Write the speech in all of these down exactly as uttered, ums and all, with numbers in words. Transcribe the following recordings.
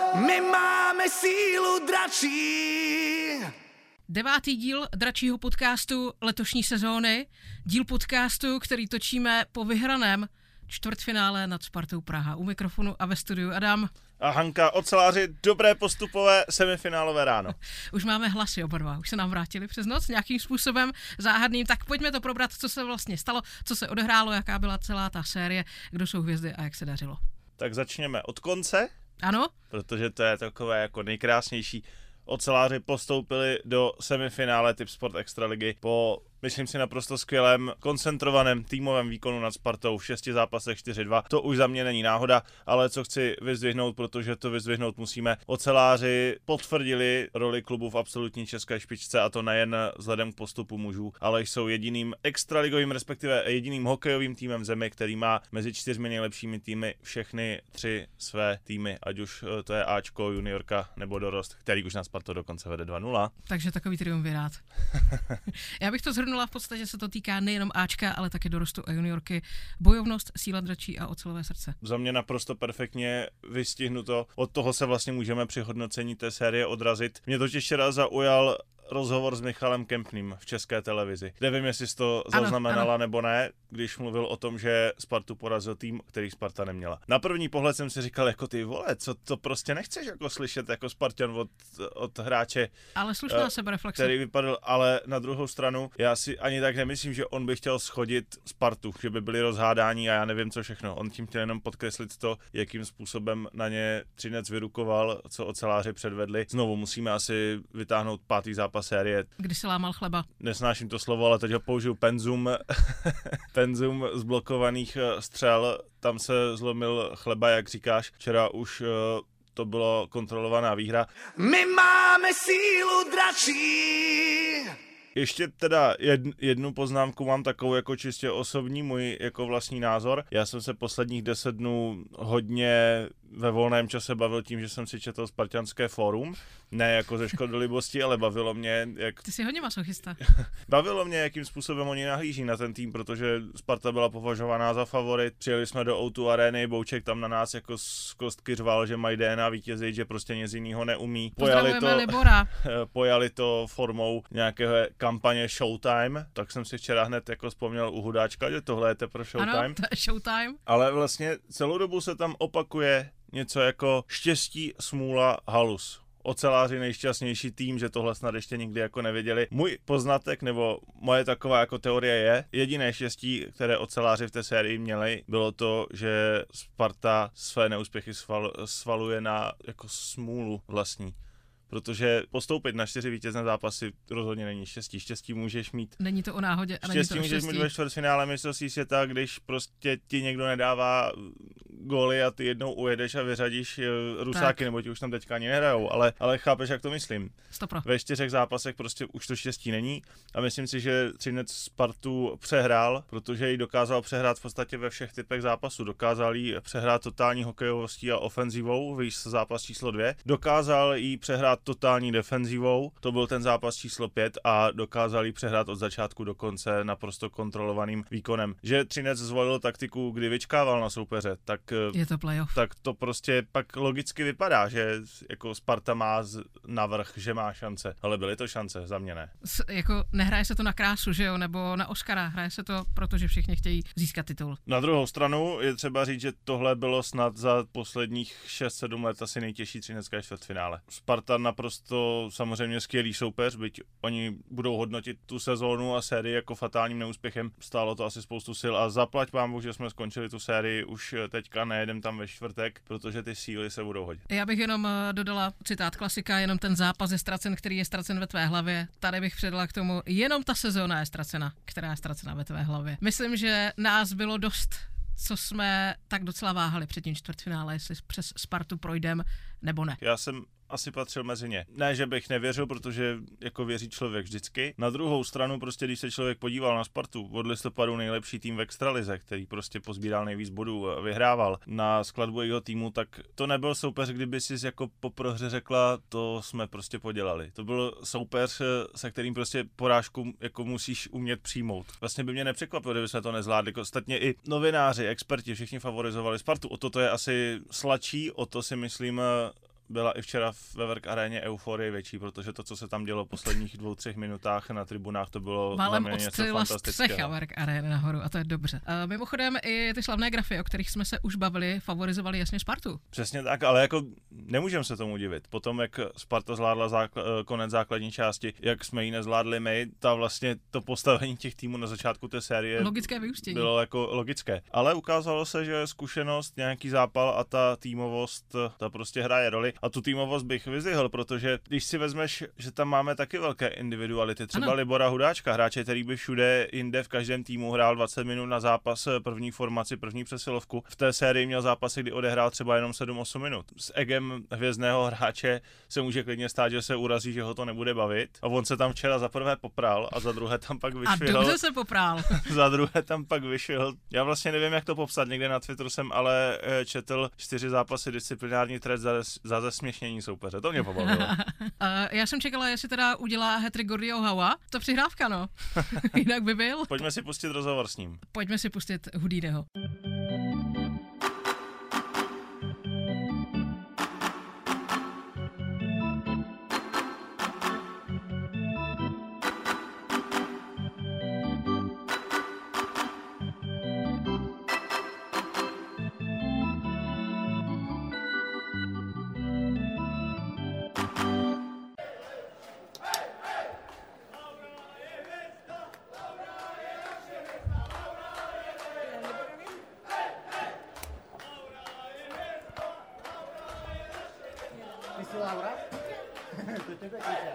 My máme sílu dračí. Devátý díl dračího podcastu letošní sezóny. Díl podcastu, který točíme po vyhraném čtvrtfinále nad Spartou Praha. U mikrofonu a ve studiu Adam. A Hanka, oceláři, dobré postupové semifinálové ráno. Už máme hlasy oba dva, už se nám vrátili přes noc nějakým způsobem záhadným, tak pojďme to probrat, co se vlastně stalo, co se odehrálo, jaká byla celá ta série, kdo jsou hvězdy a jak se dařilo. Tak začněme od konce. Ano. Protože to je takové jako nejkrásnější. Oceláři postoupili do semifinále Tipsport Extraligy po, myslím si, naprosto skvělém, koncentrovaném týmovém výkonu nad Spartou v šesti zápasech čtyři dva. To už za mě není náhoda, ale co chci vyzdvihnout, protože to vyzdvihnout musíme. Oceláři potvrdili roli klubu v absolutní české špičce, a to nejen vzhledem k postupu mužů, ale jsou jediným extraligovým, respektive jediným hokejovým týmem v zemi, který má mezi čtyřmi nejlepšími týmy všechny tři své týmy, ať už to je Ačko, juniorka nebo dorost, který už na Spartu dokonce vede dva nula. Takže takový triumvirát. Já bych to zhrnula, v podstatě se to týká nejenom Ačka, ale také dorostu a juniorky. Bojovnost, síla dračí a ocelové srdce. Za mě naprosto perfektně vystihnuto. Od toho se vlastně můžeme při hodnocení té série odrazit. Mě totiž včera zaujal rozhovor s Michalem Kempným v České televizi. Nevím, jestli jsi to ano, zaznamenala ano. nebo ne, když mluvil o tom, že Spartu porazil tým, který Sparta neměla. Na první pohled jsem si říkal, jako ty vole, co to prostě nechceš jako slyšet jako Spartan od, od hráče. Ale slušná uh, sebereflexe. Který vypadl, ale na druhou stranu, já si ani tak nemyslím, že on by chtěl schodit Spartu, že by byli rozhádání a já nevím co všechno. On tím chtěl jenom podkreslit to, jakým způsobem na ně Třinec vyrukoval, co oceláři předvedli. Znovu musíme asi vytáhnout pátý zápas série. Kdy se lámal chleba. Nesnáším to slovo, ale teď ho použiju. Penzum, penzum z blokovaných střel. Tam se zlomil chleba, jak říkáš. Včera už uh, to bylo kontrolovaná výhra. My máme sílu dračí. Ještě teda jednu poznámku mám takovou jako čistě osobní, můj jako vlastní názor. Já jsem se posledních deset dnů hodně ve volném čase bavil tím, že jsem si četl Spartanské fórum. Ne jako ze škodolibosti, ale bavilo mě, jak... Ty jsi hodně masochista. Bavilo mě, jakým způsobem oni nahlíží na ten tým, protože Sparta byla považovaná za favorit. Přijeli jsme do ó dva Areny, Bouček tam na nás jako z kostky řval, že mají D N A vítězit, že prostě nic jiného neumí. Pojali to, Libora. pojali to formou nějakého kampaně Showtime, tak jsem si včera hned jako vzpomněl u Hudáčka, že tohle je teprve Showtime. Ano, to je Showtime. Ale vlastně celou dobu se tam opakuje něco jako štěstí, smůla, halus. Oceláři nejšťastnější tým, že tohle snad ještě nikdy jako nevěděli. Můj poznatek nebo moje taková jako teorie je, jediné štěstí, které oceláři v té sérii měli, bylo to, že Sparta své neúspěchy sval, svaluje na jako smůlu vlastní. Protože postoupit na čtyři vítězné zápasy rozhodně není štěstí. Štěstí můžeš mít. Není to o náhodě a není štěstí to o můžeš štěstí. mít ve čtvrtfinále mistrovství světa, když prostě ti někdo nedává góly a ty jednou ujedeš a vyřadíš Rusáky, tak. Nebo ti už tam teďka ani nehrajou, ale, ale chápeš, jak to myslím. Stopro. Ve čtyřech zápasech prostě už to štěstí není a myslím si, že Třinec Spartu přehrál, protože ji dokázal přehrát v podstatě ve všech typech zápasů. Dokázal jí přehrát totální hokejovostí a ofenzivou, víš, zápas číslo dvě. Dokázal jí přehrát totální defenzivou, to byl ten zápas číslo pět a dokázal jí přehrát od začátku do konce naprosto kontrolovaným výkonem. Že Třinec zvolil taktiku, kdy vyčkával na soupeře, tak je to playoff. Tak to prostě pak logicky vypadá, že jako Sparta má navrch, že má šance, ale byly to šance, za mě ne. S, jako nehraje se to na krásu, že jo, nebo na Oscara, hraje se to, protože všichni chtějí získat titul. Na druhou stranu je třeba říct, že tohle bylo snad za posledních šest sedm let asi nejtěžší třinecké čtvrtfinále. Sparta naprosto samozřejmě skvělý soupeř, byť oni budou hodnotit tu sezónu a sérii jako fatálním neúspěchem. Stálo to asi spoustu sil a zaplať vám, že jsme skončili tu sérii už teďka, nejedem tam ve čtvrtek, protože ty síly se budou hodit. Já bych jenom dodala citát klasika, jenom ten zápas je ztracen, který je ztracen ve tvé hlavě. Tady bych přidala k tomu, jenom ta sezóna je ztracena, která je ztracena ve tvé hlavě. Myslím, že nás bylo dost, co jsme tak docela váhali před tím čtvrtfinále, jestli přes Spartu projdem nebo ne. Já jsem asi patřil mezi ně. Ne, že bych nevěřil, protože jako věří člověk vždycky. Na druhou stranu prostě, když se člověk podíval na Spartu, od listopadu nejlepší tým v extralize, který prostě pozbíral nejvíc bodů a vyhrával na skladbu jeho týmu, tak to nebyl soupeř, kdyby si jako po prohře řekla, to jsme prostě podělali. To byl soupeř, se kterým prostě porážku jako musíš umět přijmout. Vlastně by mě nepřekvapilo, kdyby jsme to nezvládli. Ostatně i novináři, experti, všichni favorizovali Spartu. O to to je asi sladší, o to si myslím byla i včera ve Werk aréně euforie větší, protože to, co se tam dělo v posledních dvou, třech minutách na tribunách, to bylo Málem za mě něco odstřelila fantastického. střecha Werk arény nahoru a to je dobře. A mimochodem i ty slavné grafy, o kterých jsme se už bavili, favorizovali jasně Spartu. Přesně tak, ale jako nemůžeme se tomu divit. Potom, jak Sparta zvládla zákl- konec základní části, jak jsme ji nezvládli my, ta vlastně to postavení těch týmů na začátku té série Logické vyústění. bylo jako logické. Ale ukázalo se, že zkušenost, nějaký zápal a ta týmovost, ta prostě hraje roli. A tu týmovost bych vyzdvihl, protože když si vezmeš, že tam máme taky velké individuality, třeba ano. Libora Hudáčka, hráče, který by všude jinde v každém týmu hrál dvacet minut na zápas, první formaci, první přesilovku. V té sérii měl zápasy, kdy odehrál třeba jenom sedm osm minut. S egem hvězdného hráče se může klidně stát, že se urazí, že ho to nebude bavit. A on se tam včera za prvé popral a za druhé tam pak vyšvihl. A dobře se poprál. Za druhé tam pak vyšvihl. Já vlastně nevím, jak to popsat. Někde na Twitteru jsem ale četl čtyři zápasy disciplinární trest za, za zesměšnění soupeře. To mě pobavilo. Já jsem čekala, jestli teda udělá hat-trick Gordieho Howa. To přihrávka, no. Jinak by byl. Pojďme si pustit rozhovor s ním. Pojďme si pustit Houdiniho. Ty jsi Laura? To tebe kričia.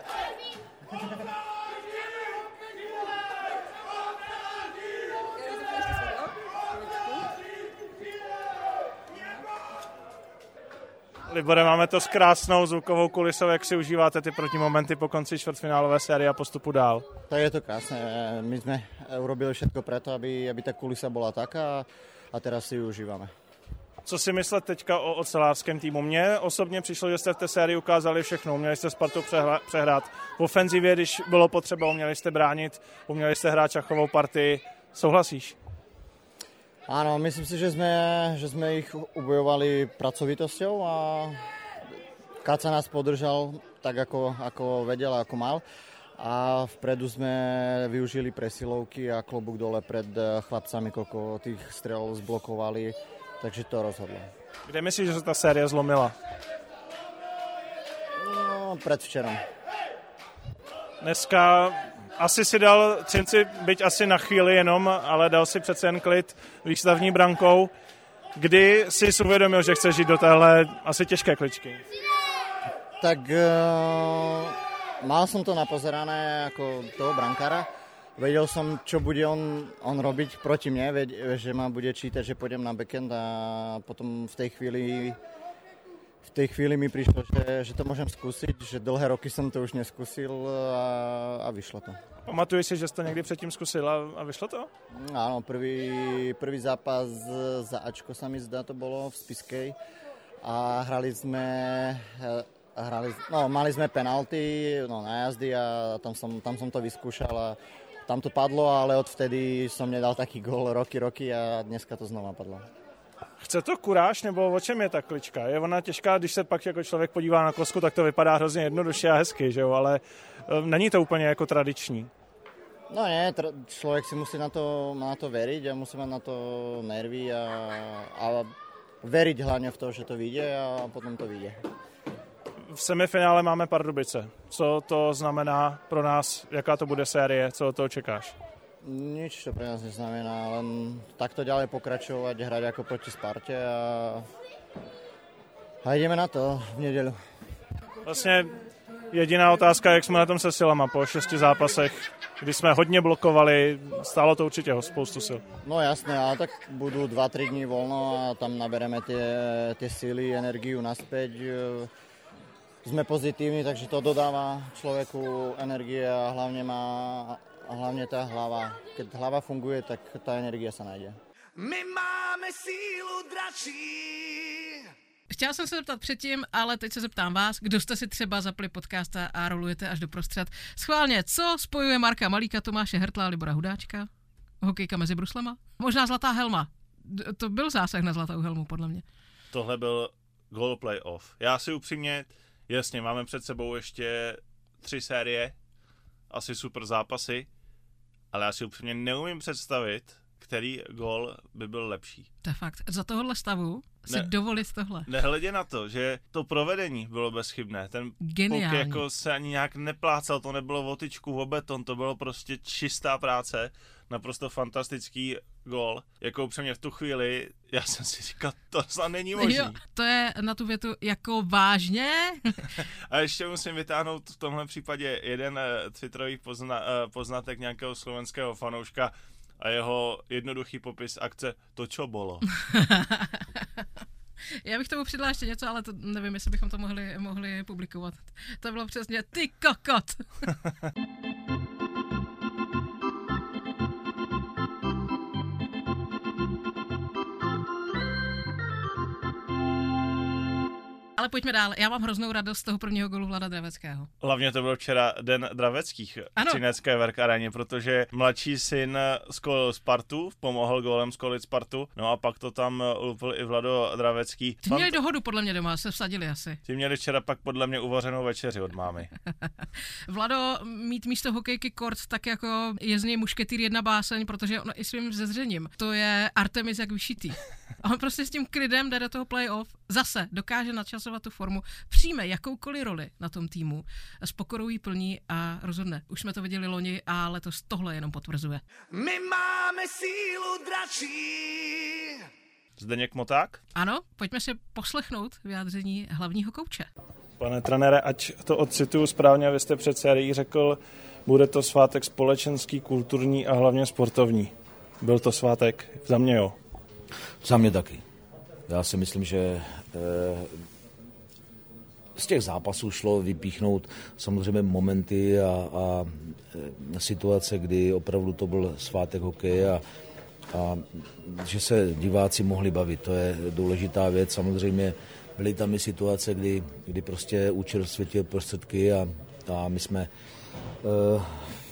Libore, máme to s krásnou zvukovou kulisou, jak si užíváte ty protimomenty po konci čtvrtfinálové série a postupu dál? Tak je to krásne. My sme urobili všetko preto, aby, aby ta kulisa bola taká a teraz si ju užívame. Co si myslet teďka o ocelářském týmu? Mně osobně přišlo, že jste v té sérii ukázali všechno. Uměli jste Spartu přehla- přehrát v ofenzivě, když bylo potřeba, uměli jste bránit, uměli jste hrát šachovou partii. Souhlasíš? Áno, myslím si, že sme, že sme ich ubojovali pracovitosťou a Kaca nás podržal tak, ako, ako vedel a ako mal. A vpredu sme využili presilovky a klobúk dole pred chlapcami, koľko tých strelov zblokovali. Takže to rozhodlo. Kde myslíš, že se ta série zlomila? No, predvčerom. Dneska asi si dal Třinci, byť asi na chvíli jenom, ale dal si přece jen klid výstavní brankou. Kdy jsi si uvědomil, že chceš žít do téhle asi těžké kličky? Tak uh, mal som to napozerané ako toho brankára. Vedel som, čo bude on, on robiť proti mne, ved, že ma bude čítať, že pôjdem na backend a potom v tej chvíli v tej chvíli mi prišlo, že, že to môžem skúsiť, že dlhé roky som to už neskúsil a, a vyšlo to. Pamatuješ si, že jsi to někdy předtím zkusil a, a vyšlo to? Áno, prvý, prvý zápas za Ačko sa mi zdá to bolo v Spiskej a hrali sme... Hrali, no, mali sme penalty no, na jazdy a tam som, tam som to vyskúšal a tam to padlo, ale odvtedy som nedal taký gól roky, roky a dneska to znova padlo. Chce to kuráž, nebo o čem je ta klička? Je ona těžká, když se pak jako člověk podívá na kosku, tak to vypadá hrozně jednoduše a hezky, že jo? Ale um, není to úplně jako tradiční. No nie, tr- človek si musí na to, na to veriť a musí mať na to nervy a, a veriť hlavne v to, že to vyjde a potom to vyjde. V semifinále máme Pardubice. Co to znamená pro nás? Jaká to bude série? Co od toho čekáš? Nič to pre nás neznamená, len takto ďalej pokračovať, hrať ako proti Sparte a, a ideme na to v nedeľu. Vlastně jediná otázka, jak jsme na tom se silama po šesti zápasech, kdy jsme hodně blokovali, stálo to určitě spoustu sil. No jasné, ale tak budú dva tri dní voľno a tam nabereme tie, tie síly, energiu naspäť. Sme pozitívni, takže to dodáva človeku energie a hlavne má a hlavne tá hlava. Keď hlava funguje, tak tá energia sa nájde. My máme sílu dračí. Chtěla jsem se zeptat předtím, ale teď se zeptám vás, kdo jste si třeba zapli podcast a rolujete až do prostřed. Schválně, co spojuje Marka Malíka, Tomáše Hertla a Libora Hudáčka? Hokejka mezi bruslema? Možná zlatá helma. To byl zásah na zlatou helmu, podle mě. Tohle byl Gól playoff. Já si upřímně, jasně, máme před sebou ještě tři série, asi super zápasy, ale já si upřímně neumím představit, který gól by byl lepší. To je fakt. Za tohohle stavu si Ne, dovolit tohle. Nehledě na to, že to provedení bylo bezchybné. Ten Geniální. puk jako se ani nějak neplácal, to nebylo o tyčku, o beton, to bylo prostě čistá práce, naprosto fantastický gól. Jako upřímně v tu chvíli, já jsem si říkal, to snad není možný. Jo, to je na tu větu jako vážně? A ještě musím vytáhnout v tomhle případě jeden uh, twitterový pozna, uh, poznatek nějakého slovenského fanouška a jeho jednoduchý popis akce to, čo bolo. Já bych tomu přidala ještě něco, ale to nevím, jestli bychom to mohli, mohli publikovat. To bylo přesně ty kokot. Ale pojďme dál. Já mám hroznou radost z toho prvního golu Vlada Draveckého. Hlavně to byl včera den Draveckých v Třinecké Werk Areně, protože mladší syn skolil Spartu, pomohl gólem skolit Spartu, no a pak to tam ulupil i Vlado Dravecký. Ty měli dohodu podle mě doma, se vsadili asi. Ty měli včera pak podle mě uvařenou večeři od mámy. Vlado mít místo hokejky kort tak jako je z něj mušketýr jedna báseň, protože on i svým zezřením. To je Artemis jak vyšitý. A on prostě s tím klidem jde do toho playoff, zase dokáže nadčasovat tu formu, přijme jakoukoliv roli na tom týmu, s pokorou jí plní a rozhodne. Už jsme to viděli loni a letos tohle jenom potvrzuje. My máme sílu dračí. Zdeněk Moták? Ano, pojďme si poslechnout vyjádření hlavního kouče. Pane trenére, ať to odcituju správně, vy jste před sérií řekl, bude to svátek společenský, kulturní a hlavně sportovní. Byl to svátek? Za mě jo. Za mě taky. Já si myslím, že e, z těch zápasů šlo vypíchnout samozřejmě momenty a, a e, situace, kdy opravdu to byl svátek hokeje a, a že se diváci mohli bavit. To je důležitá věc. Samozřejmě byly tam i situace, kdy, kdy prostě účel světil prostředky a, a my jsme e,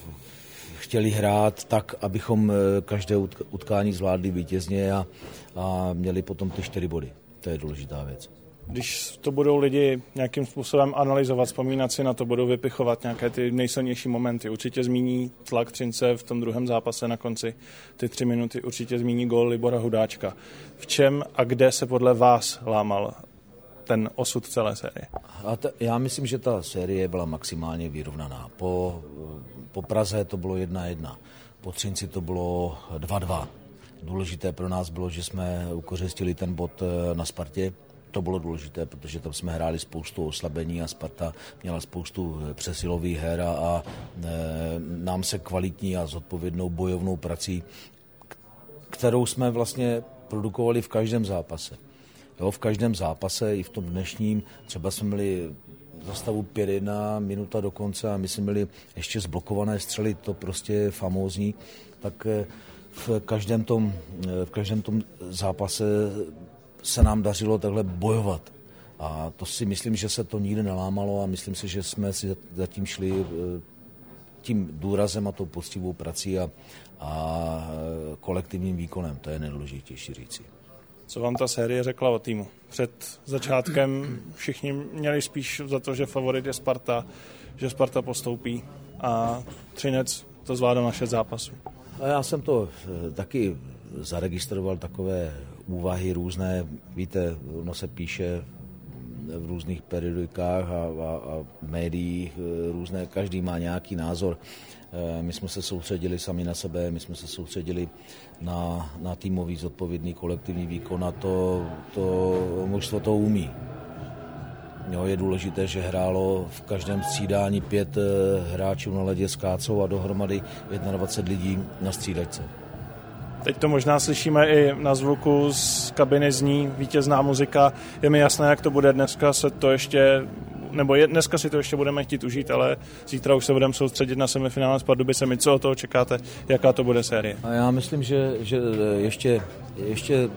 chtěli hrát tak, abychom každé utkání zvládli vítězně a, a měli potom ty čtyři body. To je důležitá věc. Když to budou lidi nějakým způsobem analyzovat, vzpomínat si na to, budou vypichovat nějaké ty nejsilnější momenty. Určitě zmíní tlak Třince v tom druhém zápase na konci. Ty tři minuty určitě zmíní gól Libora Hudáčka. V čem a kde se podle vás lámal ten osud celé série? A t- já myslím, že ta série byla maximálně vyrovnaná. Po, po Praze to bylo jedna jedna. Po Třinci to bylo dva dva. Důležité pro nás bylo, že jsme ukořistili ten bod na Spartě. To bylo důležité, protože tam jsme hráli spoustu oslabení a Sparta měla spoustu přesilových her a, a e, nám se kvalitní a zodpovědnou bojovnou prací, kterou jsme vlastně produkovali v každém zápase. Jo, v každém zápase, i v tom dnešním, třeba jsme měli za stavu pět jedna, minuta do konce a my jsme měli ještě zblokované střely, to prostě je famózní, tak v každém tom, v každém tom zápase se nám dařilo takhle bojovat. A to si myslím, že se to nikdy nelámalo a myslím si, že jsme si zatím šli tím důrazem a tou poctivou prací a, a kolektivním výkonem. To je nejdůležitější říci. Co vám ta série řekla o týmu? Před začátkem všichni měli spíš za to, že favorit je Sparta, že Sparta postoupí a Třinec to zvládl na šest zápasů. A já jsem to taky zaregistroval, takové úvahy různé. Víte, ono se píše v různých periodikách a, a, a médiích různé, každý má nějaký názor. My jsme se soustředili sami na sebe, my jsme se soustředili na, na týmový zodpovědný kolektivní výkon a to, to mužstvo to umí. Jo, je důležité, že hrálo v každém střídání pět hráčů na ledě s kácou a dohromady dvacet jedna lidí na střídačce. Teď to možná slyšíme i na zvuku z kabiny zní vítězná muzika. Je mi jasné, jak to bude dneska se to ještě, nebo je, dneska si to ještě budeme chtít užít, ale zítra už se budeme soustředit na semifinále s Pardubicemi. Co od toho čekáte? Jaká to bude série? A já myslím, že, že ještě, ještě e,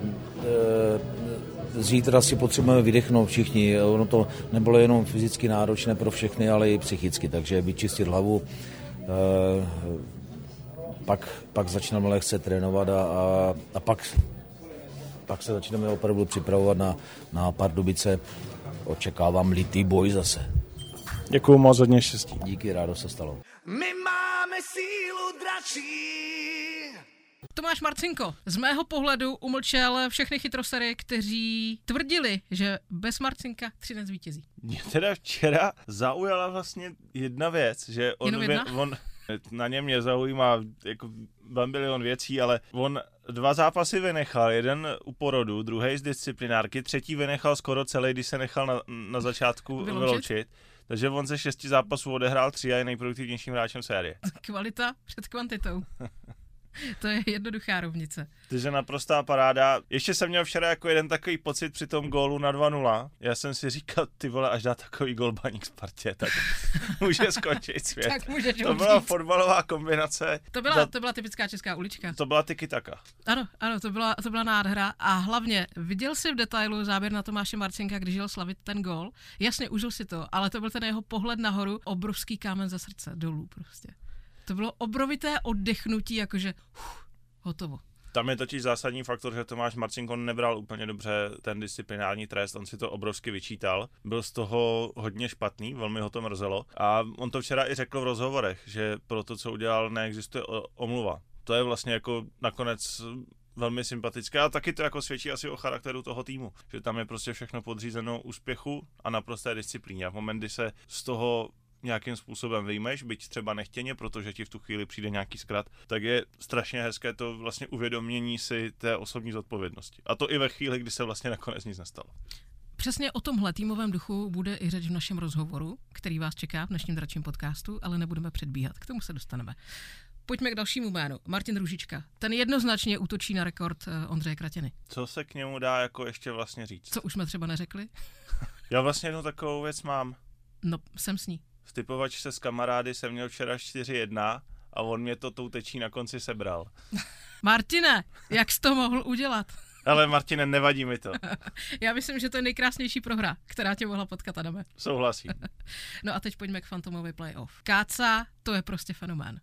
zítra si potřebujeme vydechnout všichni. Ono to nebylo jenom fyzicky náročné pro všechny, ale i psychicky, takže vyčistit hlavu. E, Pak, pak začneme lehce trénovat a, a, a pak pak se začneme opravdu připravovat na, na Pardubice. Očekávám litý boj zase. Děkuju moc, hodně štěstí. Díky, rádo se stalo. My máme sílu dračí. Tomáš Marcinko z mého pohledu umlčel všechny chytrosery, kteří tvrdili, že bez Marcinka Třinec vítězí. Mě teda včera zaujala vlastně jedna věc, že on, jedna? Vy, on na něm mě zaujímá jako bambilion věcí, ale on dva zápasy vynechal, jeden u porodu, druhý z disciplinárky, třetí vynechal skoro celý, když se nechal na, na začátku vyloučit. vyloučit. Takže on ze šesti zápasů odehrál tři a je nejproduktivnějším hráčem série. Kvalita před kvantitou. To je jednoduchá rovnice. Takže naprostá paráda. Ještě jsem měl včera jako jeden takový pocit při tom gólu na dva nula. Já jsem si říkal, ty vole, až dá takový gól Baník Spartě, tak může skončit svět. Tak můžeš to byla fotbalová kombinace. To byla, za... to byla typická česká ulička. To byla tiki-taka. Ano, ano, to byla, to byla nádhera a hlavně viděl si v detailu záběr na Tomáše Marcinka, když jel slavit ten gól. Jasně, užil si to, ale to byl ten jeho pohled nahoru, obrovský kámen ze srdce, dolů prostě. To bylo obrovité oddechnutí, jakože uf, hotovo. Tam je totiž zásadní faktor, že Tomáš Marcinko nebral úplně dobře ten disciplinární trest, on si to obrovsky vyčítal, byl z toho hodně špatný, velmi ho to mrzelo a on to včera i řekl v rozhovorech, že pro to, co udělal, neexistuje omluva. To je vlastně jako nakonec velmi sympatické a taky to jako svědčí asi o charakteru toho týmu, že tam je prostě všechno podřízeno úspěchu a naprosté disciplíně. A v moment, kdy se z toho nějakým způsobem vyjmeš, byť třeba nechtěně, protože ti v tu chvíli přijde nějaký zkrat, tak je strašně hezké to vlastně uvědomění si té osobní zodpovědnosti. A to i ve chvíli, kdy se vlastně nakonec nic nestalo. Přesně o tomhle týmovém duchu bude i řeč v našem rozhovoru, který vás čeká v dnešním dračím podcastu, ale nebudeme předbíhat, k tomu se dostaneme. Pojďme k dalšímu jménu. Martin Růžička. Ten jednoznačně útočí na rekord Ondřeje Kratěny. Co se k němu dá jako ještě vlastně říct? Co už jsme třeba neřekli? Já vlastně jednu takovou věc mám. No, jsem s ní. V typovačce s kamarády jsem měl včera čtyři jedna a on mě to tou tečí na konci sebral. Martine, jak jsi to mohl udělat? Ale Martine, nevadí mi to. Já myslím, že to je nejkrásnější prohra, která tě mohla potkat, Adame. Souhlasím. No a teď pojďme k Fantomovi playoff. Káca, to je prostě fenomén.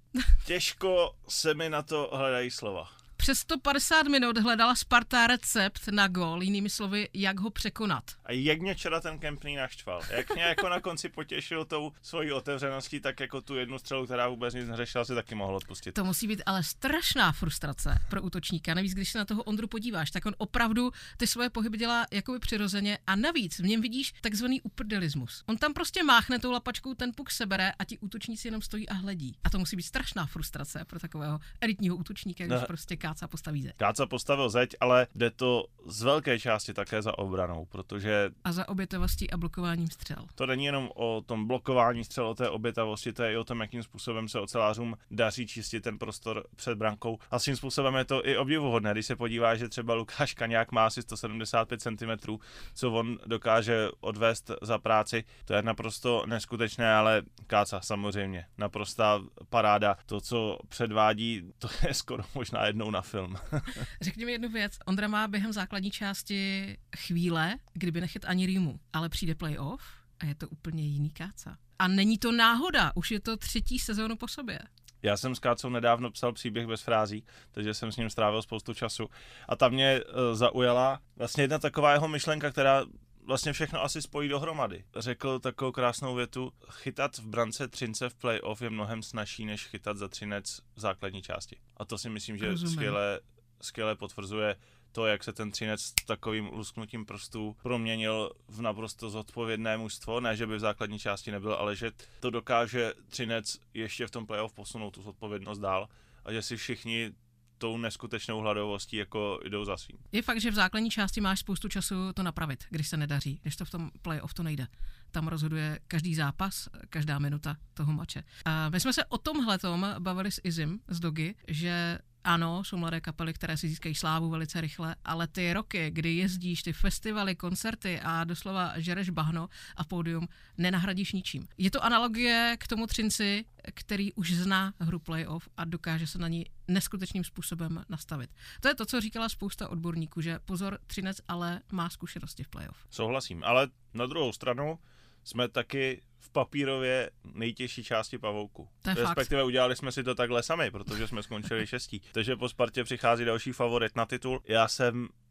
Těžko se mi na to hledají slova. Přes sto padesát minut hledala Sparta recept na gól, jinými slovy, jak ho překonat. A jak mě včera ten Kempný naštval. Jak mě jako na konci potěšil tou svojí otevřeností, tak jako tu jednu střelu, která vůbec nic neřešila, si taky mohl odpustit. To musí být ale strašná frustrace pro útočníka. Navíc, když se na toho Ondru podíváš, tak on opravdu ty svoje pohyby dělá jakoby přirozeně a navíc v něm vidíš takzvaný uprdelismus. On tam prostě máchne tou lapačkou, ten puk sebere a ti útočníci jenom stojí a hledí. A to musí být strašná frustrace pro takového elitního útočníka, když no. prostě Káca postaví zeď. Káca postavil zeď, ale jde to z velké části také za obranou, protože... A za obětavostí a blokováním střel. To není jenom o tom blokování střel, o té obětavosti, to je i o tom, jakým způsobem se ocelářům daří čistit ten prostor před brankou. A svým způsobem je to i obdivuhodné, když se podívá, že třeba Lukáš Kaňák má asi sto sedmdesát pět centimetrů, co on dokáže odvést za práci. To je naprosto neskutečné, ale Káca samozřejmě, naprostá paráda. To, co předvádí, to je skoro možná jednou na film. Řekni mi jednu věc. Ondra má během základní části chvíle, kdyby nechyt ani rýmu, ale přijde playoff a je to úplně jiný Káca. A není to náhoda, už je to třetí sezónu po sobě. Já jsem s Kácou nedávno psal příběh bez frází, takže jsem s ním strávil spoustu času. A tam mě uh, zaujala vlastně jedna taková jeho myšlenka, která vlastně všechno asi spojí dohromady. Řekl takovou krásnou větu: chytat v brance Třince v playoff je mnohem snazší, než chytat za Třinec v základní části. A to si myslím, že skvěle, skvěle potvrzuje to, jak se ten Třinec takovým lusknutím prstů proměnil v naprosto zodpovědné mužstvo. Ne, že by v základní části nebyl, ale že to dokáže Třinec ještě v tom playoff posunout tu zodpovědnost dál a že si všichni tou neskutečnou hladovostí jako jdou za svým. Je fakt, že v základní části máš spoustu času to napravit, když se nedaří, když to v tom playoff to nejde. Tam rozhoduje každý zápas, každá minuta toho mače. A my jsme se o tomhletom bavili s Izim, z Dogy, že ano, jsou mladé kapely, které si získají slávu velice rychle, ale ty roky, kdy jezdíš, ty festivaly, koncerty a doslova žereš bahno a pódium, nenahradíš ničím. Je to analogie k tomu Třinci, který už zná hru playoff a dokáže se na ní neskutečným způsobem nastavit. To je to, co říkala spousta odborníků, že pozor, Třinec ale má zkušenosti v playoff. Souhlasím, ale na druhou stranu jsme taky v papírově nejtěžší části pavouku. Respektive fakt. Udělali jsme si to takhle sami, protože jsme skončili šestí. Takže po Spartě přichází další favorit na titul. Já jsem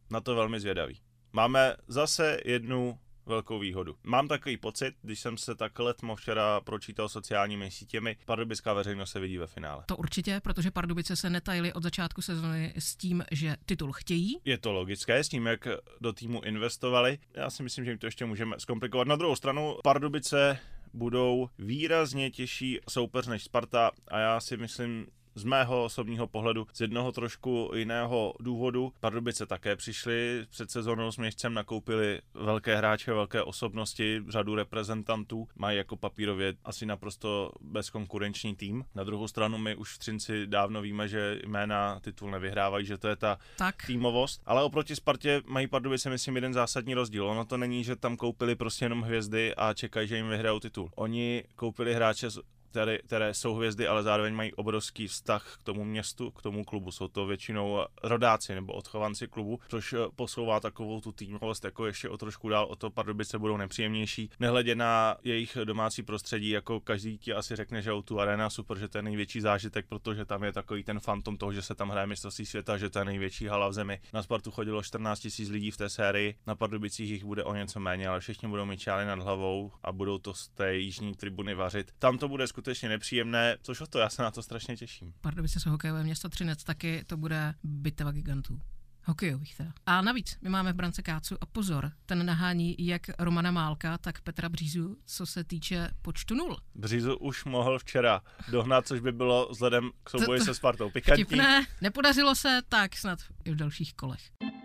na to velmi zvědavý. Máme zase jednu velkou výhodu. Mám takový pocit, když jsem se tak letmo včera pročítal sociálními sítěmi, pardubická veřejnost se vidí ve finále. To určitě, protože Pardubice se netajily od začátku sezony s tím, že titul chtějí. Je to logické, s tím, jak do týmu investovali. Já si myslím, že jim to ještě můžeme zkomplikovat. Na druhou stranu, Pardubice budou výrazně těžší soupeř než Sparta a já si myslím, z mého osobního pohledu, z jednoho trošku jiného důvodu. Pardubice také přišli před sezónou s měšcem, nakoupili velké hráče, velké osobnosti, řadu reprezentantů, mají jako papírově asi naprosto bezkonkurenční tým. Na druhou stranu my už v Třinci dávno víme, že jména titul nevyhrávají, že to je ta tak. týmovost, ale oproti Spartě mají Pardubice, myslím, jeden zásadní rozdíl. Ono to není, že tam koupili prostě jenom hvězdy a čekají, že jim vyhrajou titul. Oni koupili hráče z Které, které jsou hvězdy, ale zároveň mají obrovský vztah k tomu městu, k tomu klubu. Jsou to většinou rodáci nebo odchovanci klubu, což posouvá takovou tu týmovost jako ještě o trošku dál, o to Pardubice budou nepříjemnější. Nehledě na jejich domácí prostředí, jako každý ti asi řekne, že o tu arena super, že to je největší zážitek, protože tam je takový ten fantom toho, že se tam hraje mistrovství světa, že to je největší hala v zemi. Na Spartu chodilo čtrnáct tisíc lidí v té sérii, na Pardubicích jich bude o něco méně, ale všichni budou mít čály nad hlavou a budou to z té jižní tribuny vařit. Tam to bude skutečně nepříjemné, což o to, já se na to strašně těším. Pardubice jsou hokejové město, Třinec taky, to bude bitva gigantů. Hokejových teda. A navíc, my máme v brance Kácu a pozor, ten nahání jak Romana Málka, tak Petra Břízu, co se týče počtu nul. Břízu už mohl včera dohnat, což by bylo vzhledem k souboji se Spartou pikantní. Vtipné, nepodařilo se, tak snad i v dalších kolech.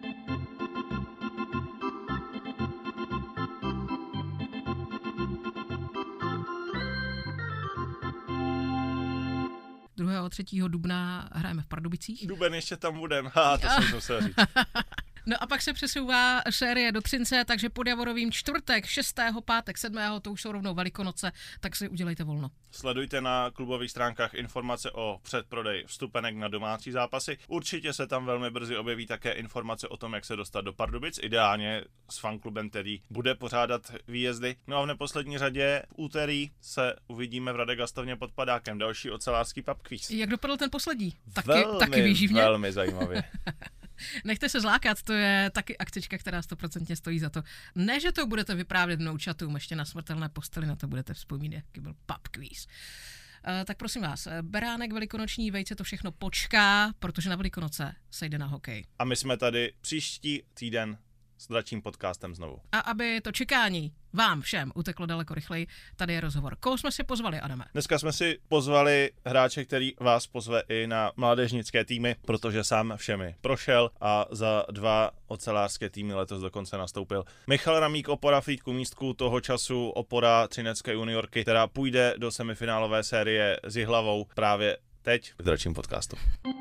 druhého a třetího dubna hrajeme v Pardubicích. Duben ještě tam budem, ha, to jsem musel říct. No a pak se přesouvá série do Třince, takže pod Javorovým čtvrtek, šestého, pátek, sedmého, to už jsou rovnou Velikonoce, tak si udělejte volno. Sledujte na klubových stránkách informace o předprodeji vstupenek na domácí zápasy. Určitě se tam velmi brzy objeví také informace o tom, jak se dostat do Pardubic, ideálně s fanklubem, který bude pořádat výjezdy. No a v neposlední řadě v úterý se uvidíme v Radegostovně pod Padákem, další ocelářský pub quiz. Jak dopadl ten poslední? Taky, velmi, taky výživně? Velmi zajímavě. Nechte se zlákat, to je taky akcička, která stoprocentně stojí za to. Ne, že to budete vyprávět vnoučatům, ještě na smrtelné posteli, na to budete vzpomínat, jaký byl pub quiz. Uh, tak prosím vás, beránek, velikonoční vejce, to všechno počká, protože na Velikonoce se jde na hokej. A my jsme tady příští týden s dračím podcastem znovu. A aby to čekání vám všem uteklo daleko rychleji, tady je rozhovor. Koho jsme si pozvali, Adame? Dneska jsme si pozvali hráče, který vás pozve i na mládežnické týmy, protože sám všemi prošel a za dva ocelářské týmy letos dokonce nastoupil. Michal Ramík, opora Frýdku Místku, toho času opora třinecké juniorky, která půjde do semifinálové série s Jihlavou právě teď v dračím podcastu.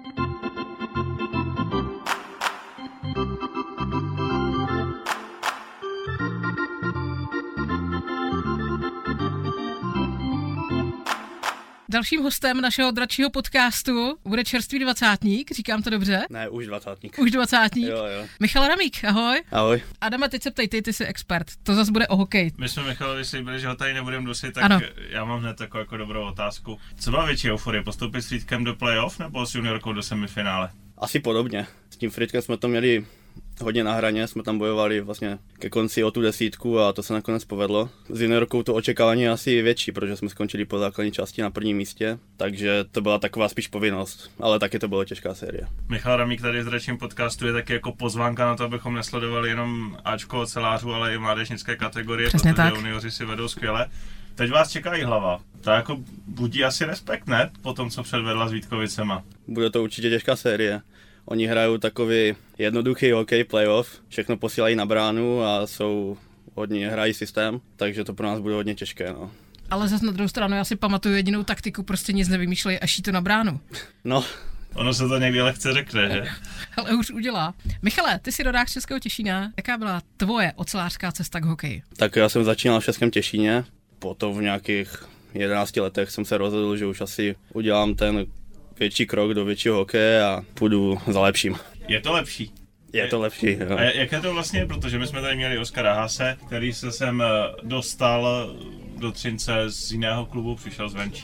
Dalším hostem našeho dračího podcastu bude čerstvý dvacátník, říkám to dobře? Ne, už dvacátník. Už dvacátník? Jo, jo. Michal Ramík, ahoj. Ahoj. Adame, teď se ptej, ty, ty jsi expert, to zase bude o hokej. My jsme Michalovi slíbili, že ho tady nebudeme dusit, tak ano. Já mám hned takovou jako dobrou otázku. Co má větší euforie, postoupit s Frýdkem do playoff nebo s juniorkou do semifinále? Asi podobně. S tím Frýdkem jsme to měli hodně na hraně, jsme tam bojovali vlastně ke konci o tu desítku a to se nakonec povedlo. S juniorkou to očekávání je asi větší, protože jsme skončili po základní části na prvním místě, takže to byla taková spíš povinnost, ale taky to byla těžká série. Michal Ramík tady v dračím podcastu je taky jako pozvánka na to, abychom nesledovali jenom Ačko ocelářů, ale i mládežnické kategorie, přesně protože tak. junioři si vedou skvěle. Teď vás čeká Jihlava. To jako budí asi respekt, ne? Po tom, co předvedla s Vítkovicema. Bude to určitě těžká série. Oni hrajou takový jednoduchý hokej playoff, všechno posílají na bránu a jsou hodně hrají systém, takže to pro nás bude hodně těžké. No. Ale zase na druhou stranu já si pamatuju jedinou taktiku, prostě nic nevymýšlej a ší to na bránu. No. Ono se to někdy lehce řekne, že? Ale už udělá. Michale, ty jsi rodák z Českého Těšína. Jaká byla tvoje ocelářská cesta k hokeji? Tak já jsem začínal v Českém Těšíně, potom v nějakých jedenácti letech jsem se rozhodl, že už asi udělám ten větší krok do většího hokeje a půjdu za lepším. Je to lepší? Je to lepší, jo. A jak je to vlastně, protože my jsme tady měli Oskara Hase, který se sem dostal do Třince z jiného klubu, přišel zvenčí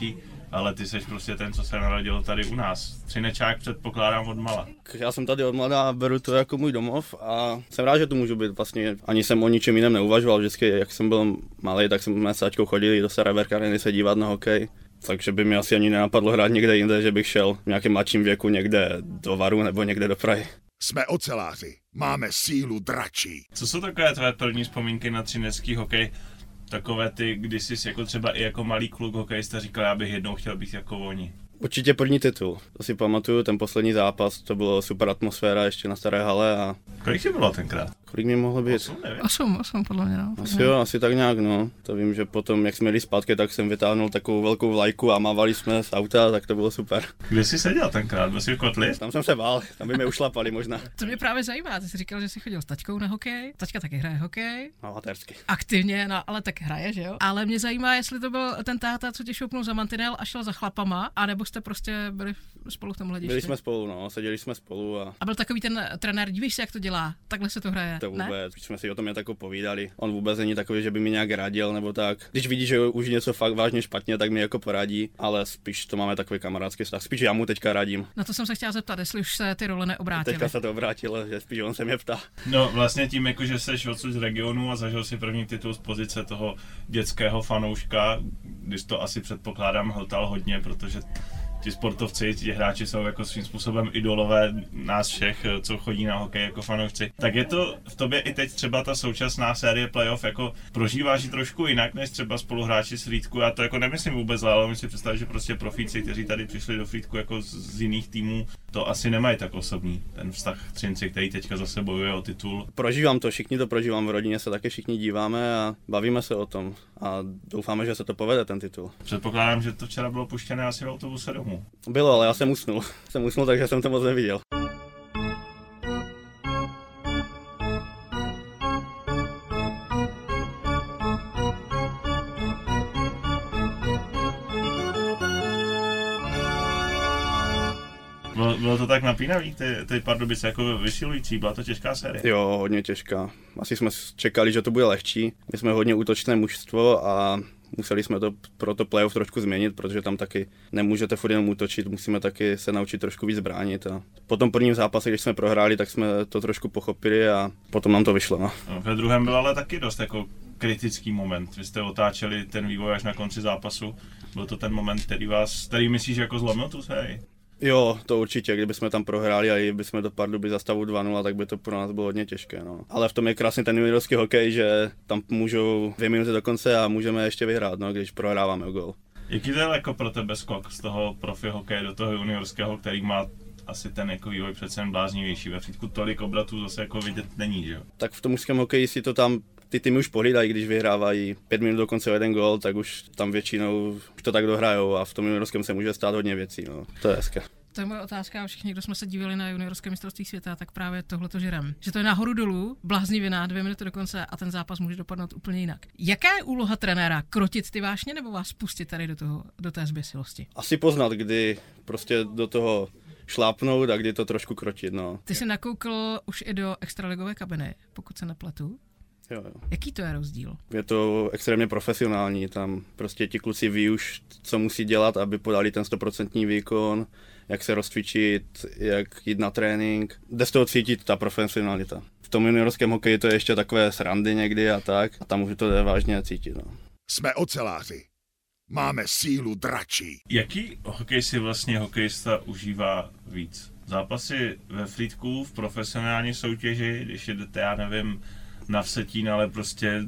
ale ty seš prostě ten, co se narodil tady u nás. Třinečák předpokládám od mala. Já jsem tady od mladá, beru to jako můj domov a jsem rád, že tu můžu být. Vlastně ani jsem o ničem jiném neuvažoval. Vždycky, jak jsem byl malý, tak jsme s Ačkou chodili do Saraberka Areny se dívat na hokej. Takže by mi asi ani nenapadlo hrát někde jinde, že bych šel v nějakém mladším věku někde do Varu nebo někde do Prahy. Jsme oceláři, máme sílu dračí. Co jsou takové tvé první vzpomínky na třinecký hokej? Takové ty, kdy jsi jako třeba i jako malý kluk hokejista říkal, já bych jednou chtěl být jako oni. Určitě první titul. To si pamatuju, ten poslední zápas, to bylo super atmosféra ještě na staré hale a... Kolik ti bylo tenkrát? Kolik mi mohlo být? osm, nevím. osm, osm podle mě, no. Asi jo, asi tak nějak, no. To vím, že potom, jak jsme jeli zpátky, tak jsem vytáhnul takovou velkou vlajku a mávali jsme z auta, tak to bylo super. Kde jsi seděl tenkrát? Byl jsi v kotli? Tam jsem se bál, tam by mě ušlapali možná. To mě právě zajímá, ty jsi říkal, že jsi chodil s taťkou na hokej, taťka taky hraje hokej. Amatérsky. Aktivně, no, ale tak hraje, že jo? Ale mě zajímá, jestli to byl ten táta, co tě šoupnul za mantinel a šel za chlapama, anebo jste prostě byli spolu v tom hledišti. Byli jsme spolu, no, seděli jsme spolu a... A byl takový ten trenér, dívíš se, jak to dělá, takhle se to hraje, To vůbec, ne? jsme si o tom jen tak povídali. On vůbec není takový, že by mi nějak radil nebo tak. Když vidí, že už něco fakt vážně špatně, tak mi jako poradí, ale spíš to máme takový kamarádský vztah. Spíš já mu teďka radím. Na to jsem se chtěla zeptat, jestli už se ty role neobrátily. Teďka se to obrátilo, že spíš on se mě ptá. No vlastně tím, jako, že jsi odsud z regionu a zažil si první titul z pozice toho dětského fanouška, když to asi předpokládám hltal hodně, protože ti sportovci, ti hráči jsou jako svým způsobem idolové nás všech, co chodí na hokej jako fanoušci. Tak je to v tobě i teď třeba ta současná série playoff, jako prožíváš ji trošku jinak než třeba spoluhráči z Frýdku. Já to jako nemyslím vůbec zle, ale myslím si představit, že prostě profíci, kteří tady přišli do Frýdku jako z jiných týmů, to asi nemají tak osobní, ten vztah Třinci, který teďka zase bojuje o titul. Prožívám to, všichni to prožívám, v rodině se taky všichni díváme a bavíme se o tom a doufáme, že se to povede ten titul. Předpokládám, že to včera bylo puštěné asi v autobuse domů. Bylo, ale já jsem usnul. jsem usnul, takže jsem to moc neviděl. Bylo, bylo to tak napínavý, ty, ty Pardubice, jako vysilující, byla to těžká série. Jo, hodně těžká. Asi jsme čekali, že to bude lehčí. My jsme hodně útočné mužstvo a museli jsme to pro to playoff trošku změnit, protože tam taky nemůžete furt jenom útočit, musíme taky se naučit trošku víc bránit. A po tom prvním zápase, když jsme prohráli, tak jsme to trošku pochopili a potom nám to vyšlo. No. No, ve druhém byl ale taky dost jako kritický moment. Vy jste otáčeli ten vývoj až na konci zápasu. Byl to ten moment, který vás, který myslíš jako zlomil tu sérii? Jo, to určitě, kdybychom tam prohráli a kdybychom do Pardubic za stavu dva nula, tak by to pro nás bylo hodně těžké. No. Ale v tom je krásně ten juniorský hokej, že tam můžou dvě minuty do konce a můžeme ještě vyhrát, no, když prohráváme o gól. Jaký to je jako pro tebe skok z toho profi hokeje do toho juniorského, který má asi ten jako vývoj přece jen bláznivější? Ve Frýdku tolik obratů zase jako vidět není, že jo? Tak v tom mužském hokeji si to tam ty týmy už pohlídají, když vyhrávají pět minut do konce o jeden gól, tak už tam většinou už to tak dohrajou a v tom juniorském se může stát hodně věcí, no. To je hezké. To je moje otázka a všichni, kdo jsme se dívali na juniorské mistrovství světa, tak právě tohleto žerem. Že to je nahoru dolů, bláznivě na dvě minuty do konce a ten zápas může dopadnout úplně jinak. Jaká je úloha trenéra? Krotit ty vášně nebo vás pustit tady do toho, do té zběsilosti? Asi poznat, kdy prostě do toho šlápnout a kdy to trošku krotit, no. Ty jsi nakoukl už i do extraligové kabiny, pokud se nepletu. Jo, jo. Jaký to je rozdíl? Je to extrémně profesionální, tam prostě ti kluci ví už, co musí dělat, aby podali ten stoprocentní výkon, jak se rozcvičit, jak jít na trénink. Jde z toho cítit ta profesionalita. V tom juniorském hokeji to je ještě takové srandy někdy a tak, a tam už to jde vážně cítit. No. Jsme oceláři. Máme sílu dračí. Jaký hokej si vlastně hokejista užívá víc? Zápasy ve Frýdku v profesionální soutěži, když jedete, já nevím, na Vsetín, ale prostě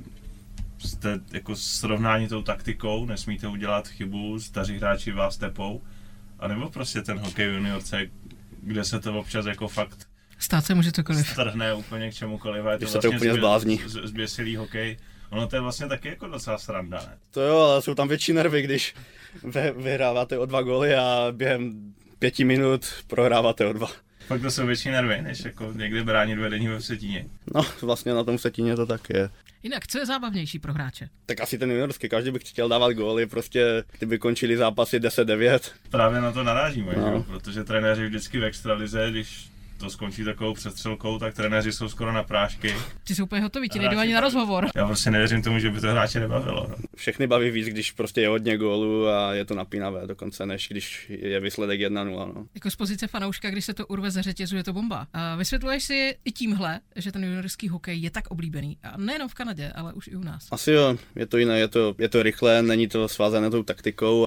jste jako srovnání tou taktikou, nesmíte udělat chybu, staří hráči vás tepou, anebo prostě ten hokej v juniorce, kde se to občas jako fakt stát se může cokoliv. Strhne úplně k čemukoliv, je to Když se vlastně to úplně zblázní. z- zběsilý hokej. Ono to je vlastně taky jako docela sranda, ne? To jo, ale jsou tam větší nervy, když vy, vyhráváte o dva góly a během pěti minut prohráváte o dva. Fakt to jsou větší nervy, než jako někde bránit vedení ve Vsetíně. No, vlastně na tom Vsetíně to tak je. Jinak, co je zábavnější pro hráče? Tak asi ten juniorský, každý by chtěl dávat góly, prostě kdyby končili zápasy deset devět. Právě na to narážíme, No. no. Protože trenéři vždycky v extralize, když to skončí takovou přestřelkou, tak trenéři jsou skoro na prášky. Ty jsou úplně hotoví, ti nejdou ani na rozhovor. Já prostě nevěřím tomu, že by to hráče nebavilo. No. Všechny baví víc, když prostě je hodně gólů a je to napínavé dokonce, než když je výsledek jedna nula. No. Jako z pozice fanouška, když se to urve ze řetězu, je to bomba. A vysvětluješ si i tímhle, že ten juniorský hokej je tak oblíbený, a nejenom v Kanadě, ale už i u nás. Asi jo, je to jiné, je to, je to rychlé, není to svázané tou taktikou.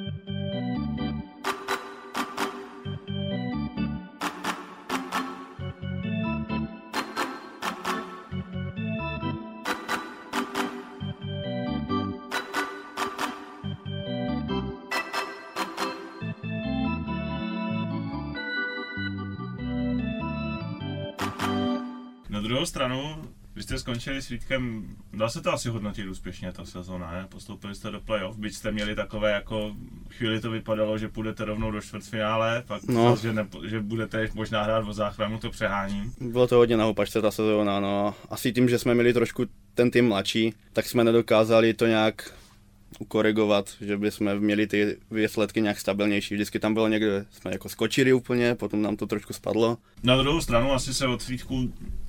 Na druhou stranu, když jste skončili s Vítkem, dá se to asi hodnotit úspěšně ta sezóna, ne? Postoupili jste do playoff, byť jste měli takové jako, chvíli to vypadalo, že půjdete rovnou do čtvrtfinále, pak no. že, ne, že budete možná hrát o záchranu, to přeháním. Bylo to hodně na houpačce ta sezóna, no. Asi tím, že jsme měli trošku ten tým mladší, tak jsme nedokázali to nějak ukorigovat, že by jsme měli ty výsledky nějak stabilnější. Vždycky tam bylo někde, jsme jako skočili úplně, potom nám to trošku spadlo. Na druhou stranu asi se od Vítku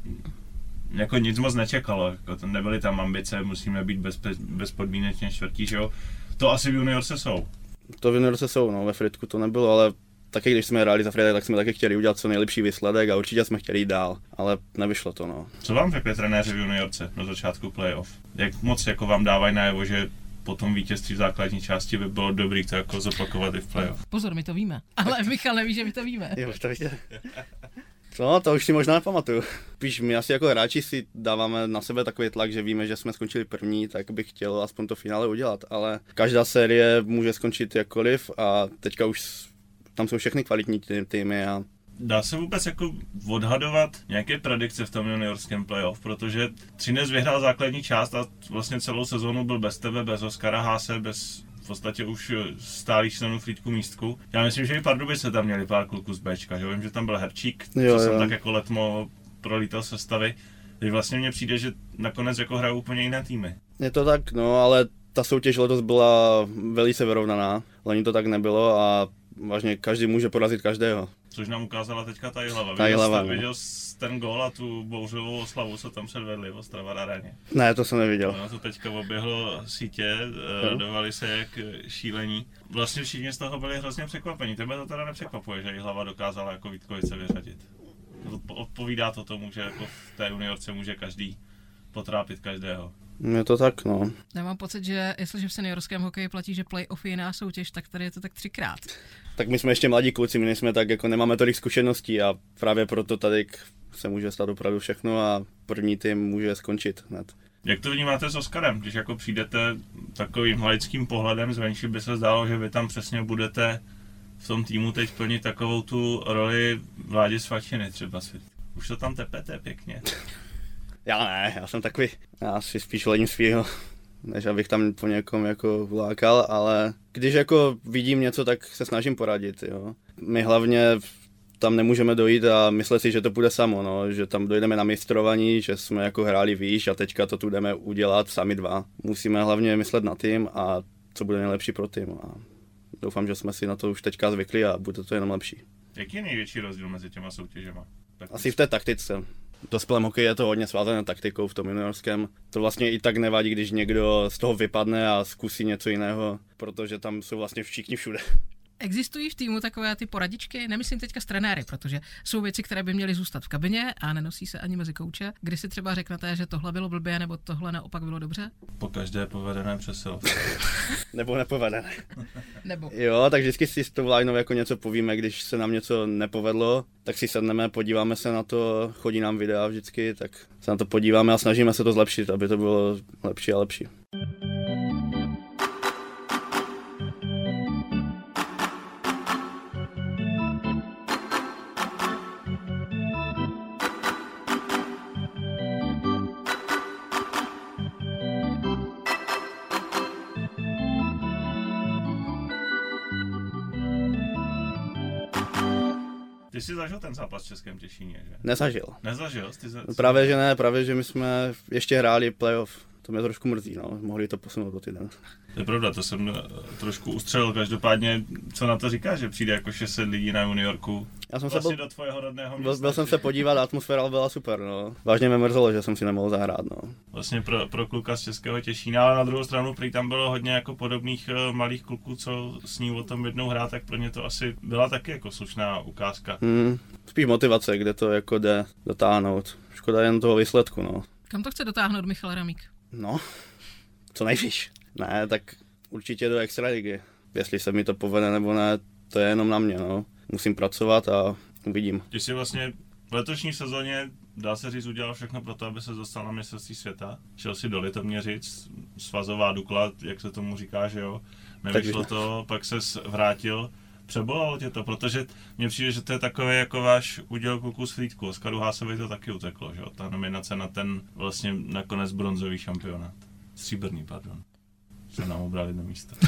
jako nic moc nečekalo, jako to nebyly tam ambice, musíme být bez, bezpodmínečně čtvrtí, že jo. To asi v juniorce jsou. To v juniorce jsou, no, ve Frýdku to nebylo, ale taky když jsme hráli za Frýdek, tak jsme taky chtěli udělat co nejlepší výsledek a určitě jsme chtěli jít dál, ale nevyšlo to, no. Co vám řekli trenéři v juniorce na začátku playoff? Jak moc jako vám dávají najevo, že po tom vítězství v základní části by bylo dobrý to jako zopakovat i v playoff? Pozor, my to víme, ale Michal neví, že my to víme. Jo, to víte. No, to už si možná nepamatuju. Spíš my asi jako hráči si dáváme na sebe takový tlak, že víme, že jsme skončili první, tak bych chtěl aspoň to finále udělat, ale každá série může skončit jakkoliv a teďka už tam jsou všechny kvalitní týmy a dá se vůbec jako odhadovat nějaké predikce v tom juniorském playoff, protože Třinec vyhrál základní část a vlastně celou sezónu byl bez tebe, bez Oskara Háse, bez v podstatě už stálých členů Frýdku Místku. Já myslím, že i Pardubice tam měli pár kluků z Bčka, že vím, že tam byl Herčík, jo, co jo. jsem tak jako letmo prolítal sestavy. Teď vlastně mně přijde, že nakonec jako hrajou úplně jiné týmy. Je to tak, no, ale ta soutěž letos byla velice vyrovnaná, loni to tak nebylo a vážně každý může porazit každého. Což nám ukázala teďka ta Jihlava. Viděl, Jihlava, jste, viděl jsi ten gól a tu bouřovou oslavu, co tam předvedli v Ostrava Aréně? Ne, to jsem neviděl. No, to teďka oběhlo sítě, no. Radovali se jak šílení. Vlastně všichni z toho byli hrozně překvapení. Tebe to teda nepřekvapuje, že Jihlava dokázala jako Vítkovice vyřadit. Odpovídá to tomu, že jako v té juniorce může každý potrápit každého. Je to tak, no. Já mám pocit, že jestliže v seniorském hokeji platí, že playoff je jiná soutěž, tak tady je to tak třikrát. Tak my jsme ještě mladí kluci, my nejsme tak, jako nemáme tolik zkušeností a právě proto tady se může stát opravdu všechno a první tým může skončit hned. Jak to vnímáte s Oskarem? Když jako přijdete takovým laickým pohledem zvenčí, by se zdálo, že vy tam přesně budete v tom týmu teď plnit takovou tu roli Vládi Svačiny třeba. Už to tam tepete pěkně. Já ne, já jsem takový, já si spíš ledím svýho, než abych tam po někom jako vlákal, ale když jako vidím něco, tak se snažím poradit, jo. My hlavně tam nemůžeme dojít a myslet si, že to půjde samo, no, že tam dojdeme na mistrovaní, že jsme jako hráli výš a teďka to tu jdeme udělat sami dva. Musíme hlavně myslet na tým a co bude nejlepší pro tým a doufám, že jsme si na to už teďka zvykli a bude to jenom lepší. Jaký je největší rozdíl mezi těma soutěžema? Tak asi v té taktice. V dospělém hokeji je to hodně svázané taktikou v tom juniorském. To vlastně i tak nevadí, když někdo z toho vypadne a zkusí něco jiného, protože tam jsou vlastně všichni všude. Existují v týmu takové ty poradičky? Nemyslím teďka s trenéry, protože jsou věci, které by měly zůstat v kabině a nenosí se ani mezi kouče. Kdy si třeba řeknete, že tohle bylo blbě nebo tohle naopak bylo dobře? Po každé povedené přesilovce. Nebo nepovedené. Nebo. Jo, tak vždycky si s tou lineou jako něco povíme, když se nám něco nepovedlo, tak si sedneme, podíváme se na to, chodí nám videa vždycky, tak se na to podíváme a snažíme se to zlepšit, aby to bylo lepší a lepší. Ty jsi zažil ten zápas v Českém Těšíně, že? Nezažil. Nezažil? Ty za... Právě že ne, právě že my jsme ještě hráli playoff, To mě trošku mrzí, no. Mohli to posunout o týden. To je pravda, to jsem trošku ustřelil. Každopádně, co na to říkáš, že přijde jako šest set lidí na juniorku? Já jsem vlastně se byl, do tvého rodného města. Byl, byl že... jsem se podívat, atmosféra byla super, no. Vážně mě mrzelo, že jsem si nemohl zahrát, no. Vlastně pro, pro kluka z Českého Těšína, ale na druhou stranu prý tam bylo hodně jako podobných uh, malých kluků, co s ní o tom jednou hrát, tak pro ně to asi byla taky jako slušná ukázka. Hmm, spíš motivace, kde to jako jde dotáhnout. Škoda jen toho výsledku, no. Kam to chce dotáhnout Michal Ramík? No, co nejvíš. Ne, tak určitě do extraligy. Jestli se mi to povede nebo ne, to je jenom na mě, no. Musím pracovat a uvidím. Ty jsi vlastně v letošní sezóně, dá se říct, udělal všechno pro to, aby se dostal na mistrovství světa. Šel si do Litoměřic, svazová Dukla, jak se tomu říká, že jo. Nevyšlo to, pak ses vrátil. Přebolalo tě to, protože mně přijde, že to je takové jako váš uděl kluku z Frýdku. Oskaru Hásovi to taky uteklo, že jo. Ta nominace na ten vlastně nakonec bronzový šampionát. Stříbrný, pardon. Jsem nám ubral jedno místo.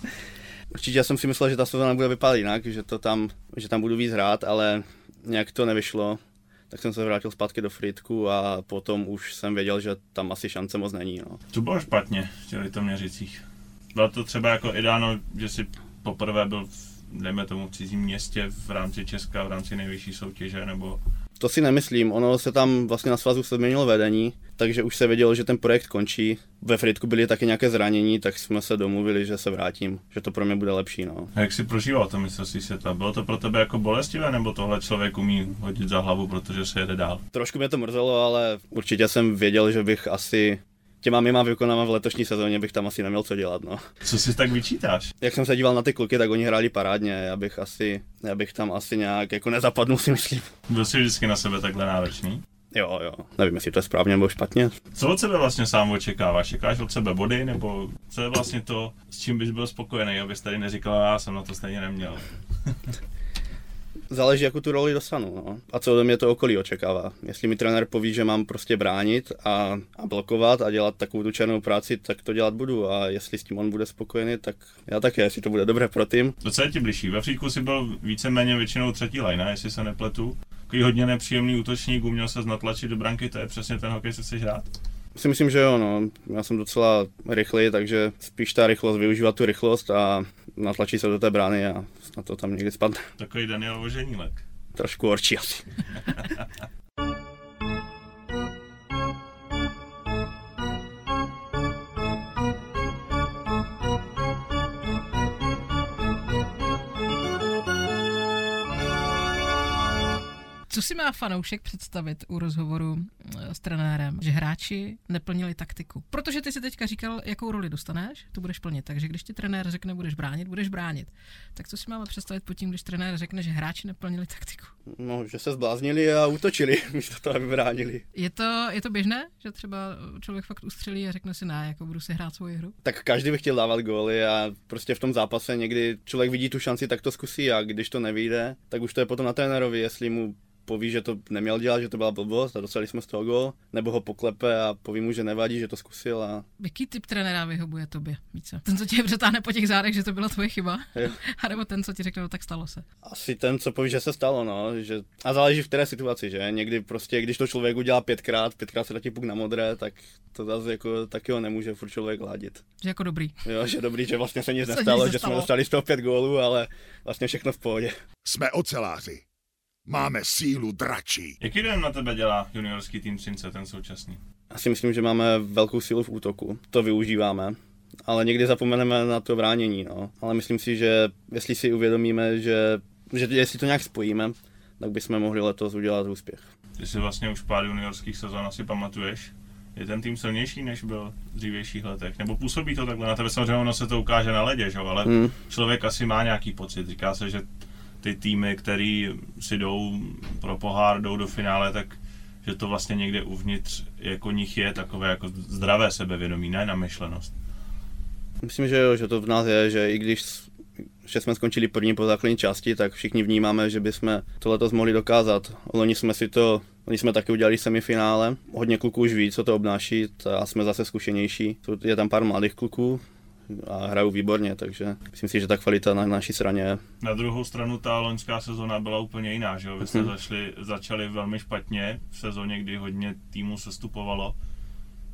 Určitě jsem si myslel, že ta sezóna bude vypadat jinak, že, to tam, že tam budu víc hrát, ale nějak to nevyšlo. Tak jsem se vrátil zpátky do Frýdku a potom už jsem věděl, že tam asi šance moc není. No. Co bylo špatně v těch Litoměřicích? Bylo to třeba jako i dáno, že jsi poprvé byl v, dejme tomu, v cizím městě v rámci Česka, v rámci nejvyšší soutěže, nebo... To si nemyslím, ono se tam vlastně na svazu se změnilo vedení, takže už se vědělo, že ten projekt končí. Ve Frýdku byly taky nějaké zranění, tak jsme se domluvili, že se vrátím, že to pro mě bude lepší. No. A jak jsi prožíval to mistrovství světa? Bylo to pro tebe jako bolestivé, nebo tohle člověk umí hodit za hlavu, protože se jede dál? Trošku mě to mrzelo, ale určitě jsem věděl, že bych asi těma mýma výkonama v letošní sezóně bych tam asi neměl co dělat. No. Co si tak vyčítáš? Jak jsem se díval na ty kluky, tak oni hráli parádně, já bych asi, já bych tam asi nějak jako nezapadnul, si myslím. Byl jsi vždycky na sebe takhle náročný? Jo, jo, nevím, jestli to je správně nebo špatně. Co od sebe vlastně sám očekáváš? Čekáš od sebe body, nebo co je vlastně to, s čím bys byl spokojený, abys tady neříkal, já jsem na to stejně neměl? Záleží, jakou tu roli dostanu, no. A co ode mě to okolí očekává. Jestli mi trenér poví, že mám prostě bránit a, a blokovat a dělat takovou tu černou práci, tak to dělat budu. A jestli s tím on bude spokojený, tak já taky, jestli to bude dobré pro tým. To, co je ti bližší? Ve Frýdku si byl víceméně většinou třetí line, jestli se nepletu. Takový hodně nepříjemný útočník, uměl se natlačit do branky, to je přesně ten hokej, co chceš hrát? Si myslím, že jo, no. Já jsem docela rychlý, takže spíš ta rychlost, využívat tu rychlost a natlačí se do té brány a na to tam někdy spadne. Takový Daniel Voženílek. Trošku horší asi. Co si má fanoušek představit u rozhovoru s trenérem, že hráči neplnili taktiku? Protože ty si teďka říkal, jakou roli dostaneš, tu budeš plnit. Takže když ti trenér řekne, budeš bránit, budeš bránit. Tak co si máme představit pod tím, když trenér řekne, že hráči neplnili taktiku? No, že se zbláznili a útočili, místo toho, aby bránili. Je to, je to běžné, že třeba člověk fakt ustřelí a řekne si, ne, jako budu si hrát svou hru? Tak každý by chtěl dávat góly a prostě v tom zápase někdy člověk vidí tu šanci, tak to zkusí a když to nevyjde, tak už to je potom na trenérovi, jestli mu poví, že to neměl dělat, že to byla blbost a dostali jsme z toho gól, nebo ho poklepe a poví mu, že nevadí, že to zkusil. A... Jaký typ trenéra vyhovuje tobě více? Ten, co tě přetáhne po těch zádech, že to byla tvoje chyba? A nebo ten, co ti řekne, no tak stalo se? Asi ten, co poví, že se stalo, no. Že... A záleží v které situaci, že? Někdy prostě, když to člověk udělá pětkrát, pětkrát se dá ti puk na modré, tak to zase jako taky ho nemůže furt člověk hladit. Že jako dobrý. Jo, že dobrý, že vlastně se nic nestalo, že jsme dostali z toho pět gólů, ale vlastně všechno v pohodě. Jsme oceláři. Máme sílu dračí. Jaký dojem na tebe dělá juniorský tým Třince, ten současný? Asi myslím, že máme velkou sílu v útoku. To využíváme. Ale někdy zapomeneme na to bránění. No. Ale myslím si, že jestli si uvědomíme, že, že jestli to nějak spojíme, tak bychom mohli letos udělat úspěch. Ty si vlastně už pár juniorských sezon asi pamatuješ. Je ten tým silnější, než byl v dřívějších letech? Nebo působí to takhle na tebe? Samozřejmě ono se to ukáže na ledě, že? Ale hmm. člověk asi má nějaký pocit. Říká se, že ty týmy, který si jdou pro pohár, jdou do finále, tak že to vlastně někde uvnitř jako nich je takové jako zdravé sebevědomí, ne namyšlenost. Myslím, že jo, že to v nás je, že i když že jsme skončili první po základní části, tak všichni vnímáme, že bychom to letos mohli dokázat. Loni jsme si to, loni jsme taky udělali semifinále, hodně kluků už ví, co to obnáší a jsme zase zkušenější. Je tam pár mladých kluků a hrajou výborně, takže myslím si, že ta kvalita na naší straně je. Na druhou stranu ta loňská sezóna byla úplně jiná, že jo? Vy jste hmm. začali, začali velmi špatně v sezóně, kdy hodně týmů sestupovalo.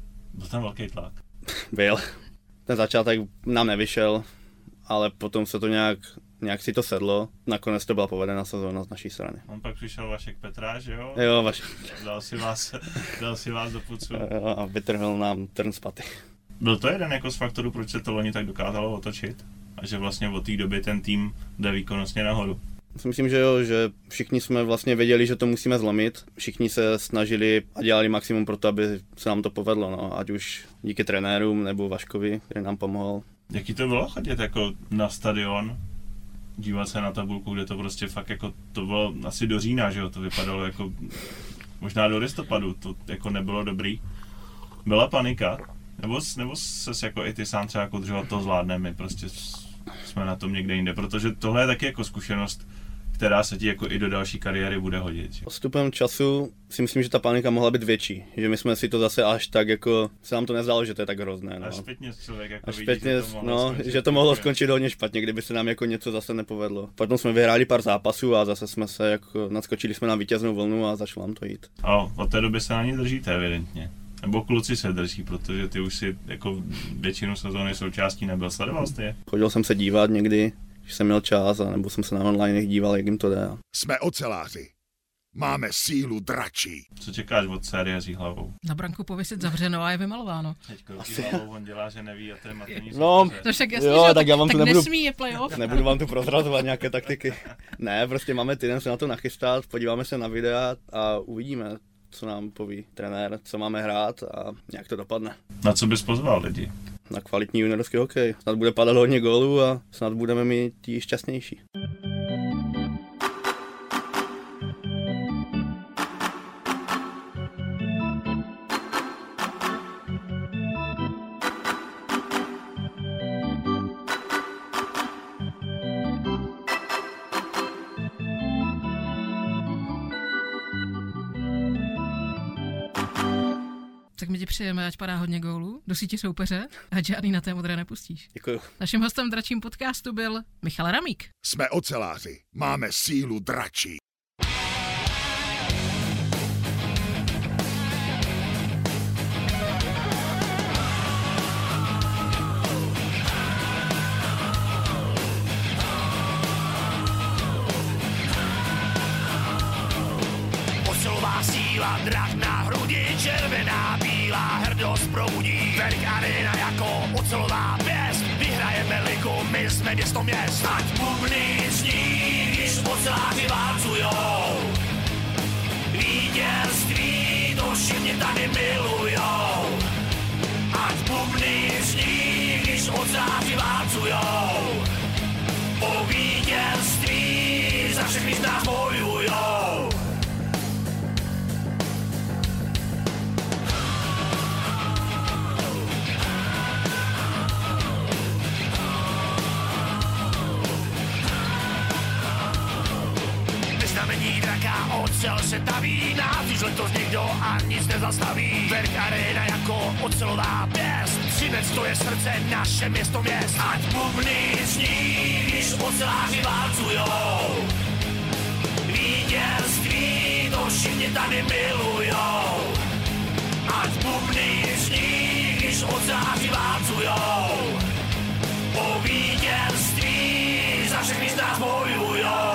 tam velký tlak? Byl. Ten začátek nám nevyšel, ale potom se to nějak, nějak si to sedlo. Nakonec to byla povedená sezóna z naší strany. On pak přišel Vašek Petráš, jo? Jo, Vašek. Dal si vás, dal si vás do pucu. Jo, a vytrhl nám trn z paty. Byl to jeden jako z faktorů, proč se to loni tak dokázalo otočit? A že vlastně od té doby ten tým jde výkonnostně nahoru? Myslím, že jo, že všichni jsme vlastně věděli, že to musíme zlomit. Všichni se snažili a dělali maximum pro to, aby se nám to povedlo, no. Ať už díky trenérům nebo Vaškovi, který nám pomohl. Jaký to bylo chodit jako na stadion, dívat se na tabulku, kde to prostě fakt jako, to bylo asi do října, že jo, to vypadalo jako, možná do listopadu, to jako nebylo dobrý. Byla panika? Nebo, nebo ses jako i ty sám třeba jako držovat to zvládneme, my prostě jsme na tom někde jinde, protože tohle je taky jako zkušenost, která se ti jako i do další kariéry bude hodit. Že? Postupem času si myslím, že ta panika mohla být větší, že my jsme si to zase až tak jako, se nám to nezdálo, že to je tak hrozné. No. Až zpětně člověk jako až vidí, zpětně, že to mohlo no, skončit. že to mohlo skončit hodně špatně, kdyby se nám jako něco zase nepovedlo. Potom jsme vyhráli pár zápasů a zase jsme se jako, nadskočili jsme na vítěznou vlnu a začalo nám to jít. A od té doby se na ní držíte evidentně. Nebo kluci se drží, protože ty už si jako většinu sezóny součástí nebyl. Sledoval jste je? Chodil jsem se dívat někdy, když jsem měl čas, a nebo jsem se na online díval, jak jim to jde. Jsme oceláři. Máme sílu dračí. Co čekáš od série s Jihlavou? Na branku pověsit zavřeno a je vymalováno. Teďko s Jihlavou on dělá, že neví a to je matení No, soupeře. No však jasně, Jo, že tak já vám tak to nebudu- nesmí je playoff. Nebudu vám tu prozrazovat nějaké taktiky. Ne, prostě máme týden se na to nachystat, podíváme se na videa a uvidíme, co nám poví trenér, co máme hrát a jak to dopadne. Na co bys pozval lidi? Na kvalitní juniorský hokej. Snad bude padat hodně gólů a snad budeme mít tí šťastnější. Tak my ti přejeme, ať padá hodně gólů do sítě soupeře, ať žádný na té modré nepustíš. Děkuju. Naším hostem v dračím podcastu byl Michal Ramík. Jsme oceláři. Máme sílu dračí. Ocelová síla, drak na hrudi, červená, bílá hrdost proudí. Verk Arena jako ocelová pěst, vyhrajeme ligu, my jsme město měst. Ať bubny zní, když oceláři válcujou. Vítězství, to všichni tady milujou. Ať bubny zní, když oceláři válcujou. O vítězství za všechny z nás bojujou. Vyznamení draka, ocel se taví, nás už letos nikdo a nic nezastaví. Verk Arena jako ocelová pěst, Třinec to je srdce, naše město měst. Ať bubny zní, když oceláři válcujou. Vítězství, to všichni tady milujou. Ať bubny zní, když oceláři válcujou. O vítězství za všechny z nás bojujou.